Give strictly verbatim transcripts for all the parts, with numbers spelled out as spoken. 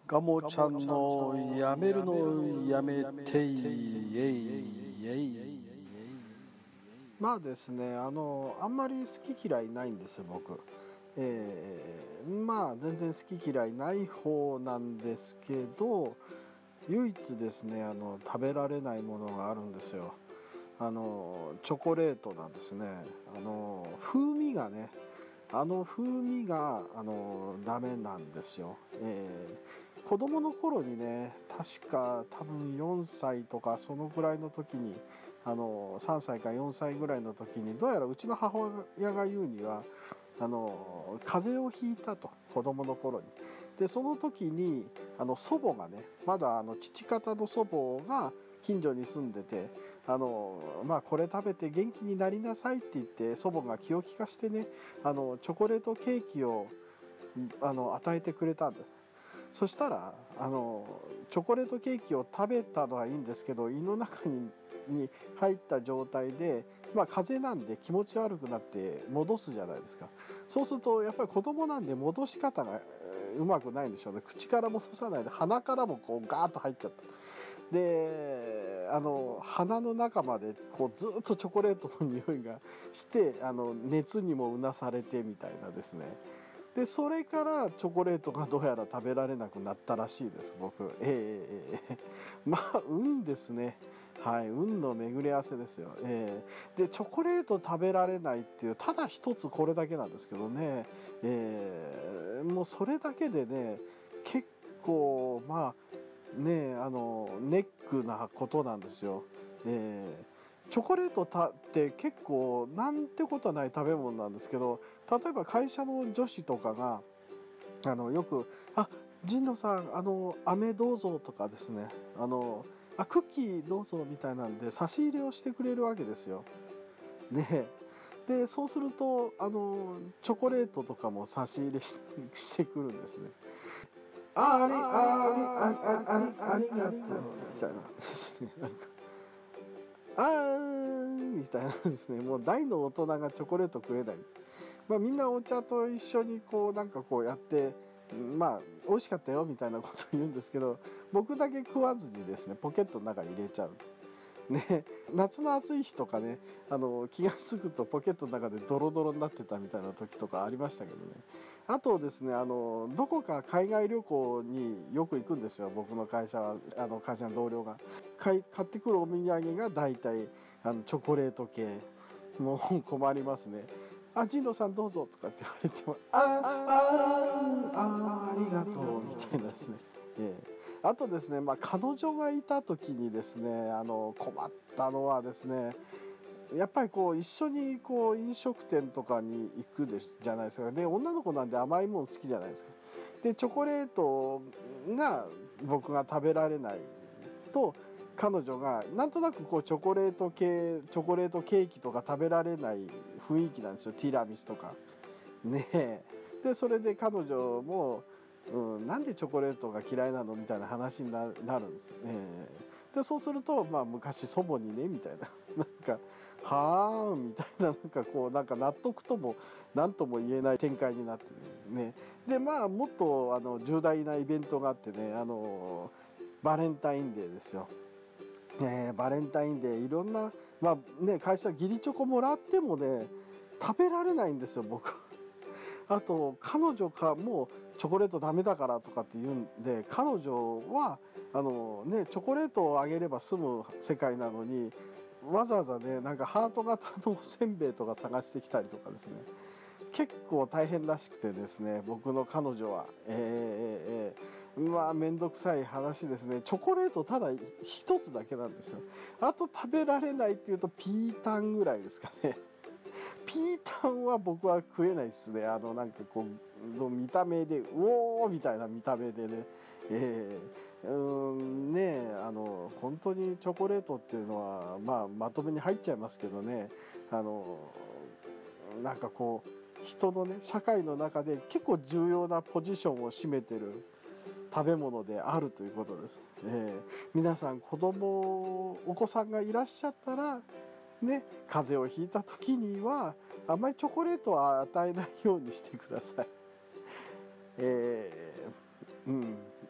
ガモちゃんのやめるのやめてイエイイエイ。 まあですね、あのあんまり好き嫌いないんですよ僕。えー、まあ全然好き嫌いない方なんですけど、唯一ですね、あの食べられないものがあるんですよ。あのチョコレートなんですね。あの風味がね、あの風味があのダメなんですよ。えー、子供の頃にね、確か多分よんさいとかそのぐらいの時に、あのさんさいかよんさいぐらいの時に、どうやらうちの母親が言うには、あの風邪をひいたと、子供の頃に。でその時にあの祖母がね、まだあの父方の祖母が近所に住んでて、あのまあこれ食べて元気になりなさいって言って祖母が気を利かしてね、あのチョコレートケーキをあの与えてくれたんです。そしたらあのチョコレートケーキを食べたのはいいんですけど、胃の中にに入った状態で、まあ風邪なんで気持ち悪くなって戻すじゃないですか。そうするとやっぱり子供なんで戻し方がうまくないんでしょうね。口から戻さないで鼻からもこうガーッと入っちゃった。であの鼻の中までこうずっとチョコレートの匂いがして、あの熱にもうなされてみたいなですね。でそれからチョコレートがどうやら食べられなくなったらしいです僕。ええええまあ運ですね。はい、運の巡り合わせですよ。えー、でチョコレート食べられないっていう、ただ一つこれだけなんですけどね、えー、もうそれだけでね、結構まあね、あのネックなことなんですよ。えー、チョコレートたって結構なんてことはない食べ物なんですけど、例えば会社の女子とかがあのよく「あ、神野さん、あの飴どうぞ」とかですね、あのあクッキーどうぞみたいなんで差し入れをしてくれるわけですよ。ねえ。でそうするとあのチョコレートとかも差し入れししてくるんですね。あありありあありありがとうみたいなですね。なんかあーみたいなですね。もう大の大人がチョコレート食えない。まあ、みんなお茶と一緒にこうなんかこうやって、まあ美味しかったよみたいなことを言うんですけど、僕だけ食わずにですね、ポケットの中に入れちゃうね。夏の暑い日とかね、あの気が付くとポケットの中でドロドロになってたみたいな時とかありましたけどね。あとですね、あのどこか海外旅行によく行くんですよ、僕の会社は。あの会社の同僚が買い買ってくるお土産が大体あのチョコレート系。もう困りますね。あ、神野さんどうぞとかって言われても、あ、あ、あ、ありがとうみたいなですね。ええ、あとですね、まあ、彼女がいた時にですね、あの困ったのはですね、やっぱりこう一緒にこう飲食店とかに行くですじゃないですか。で女の子なんで甘いもの好きじゃないですか。でチョコレートが僕が食べられないと、彼女がなんとなくこうチョコレート系チョコレートケーキとか食べられない雰囲気なんですよ、ティラミスとかねえ。でそれで彼女も、うん、なんでチョコレートが嫌いなのみたいな話にななるんですよね。でそうすると、まあ、昔祖母にねみたいななんかはあみたいな、なんかこうなんか納得とも何とも言えない展開になってね。でまあもっとあの重大なイベントがあってね、あのバレンタインデーですよ。ね、バレンタインデーいろんな、まあね、会社義理チョコもらってもね食べられないんですよ僕。あと彼女かもうチョコレートダメだからとかって言うんで、彼女はあのねチョコレートをあげれば済む世界なのに、わざわざねなんかハート型のおせんべいとか探してきたりとかですね、結構大変らしくてですね、僕の彼女はえー、えー、えー、まあ面倒くさい話ですね。チョコレートただ一つだけなんですよ。あと食べられないっていうとピータンぐらいですかね。ピータンは僕は食えないですね。あのなんかこう見た目でうおーみたいな見た目でね、えー、うーんねあの本当にチョコレートっていうのは、まあ、まとめに入っちゃいますけどね、あのなんかこう人のね社会の中で結構重要なポジションを占めてる食べ物であるということです。えー、皆さん子供お子さんがいらっしゃったらね、風邪をひいた時にはあんまりチョコレートは与えないようにしてください。えー、うん。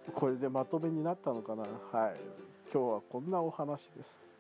これでまとめになったのかな。はい、今日はこんなお話です。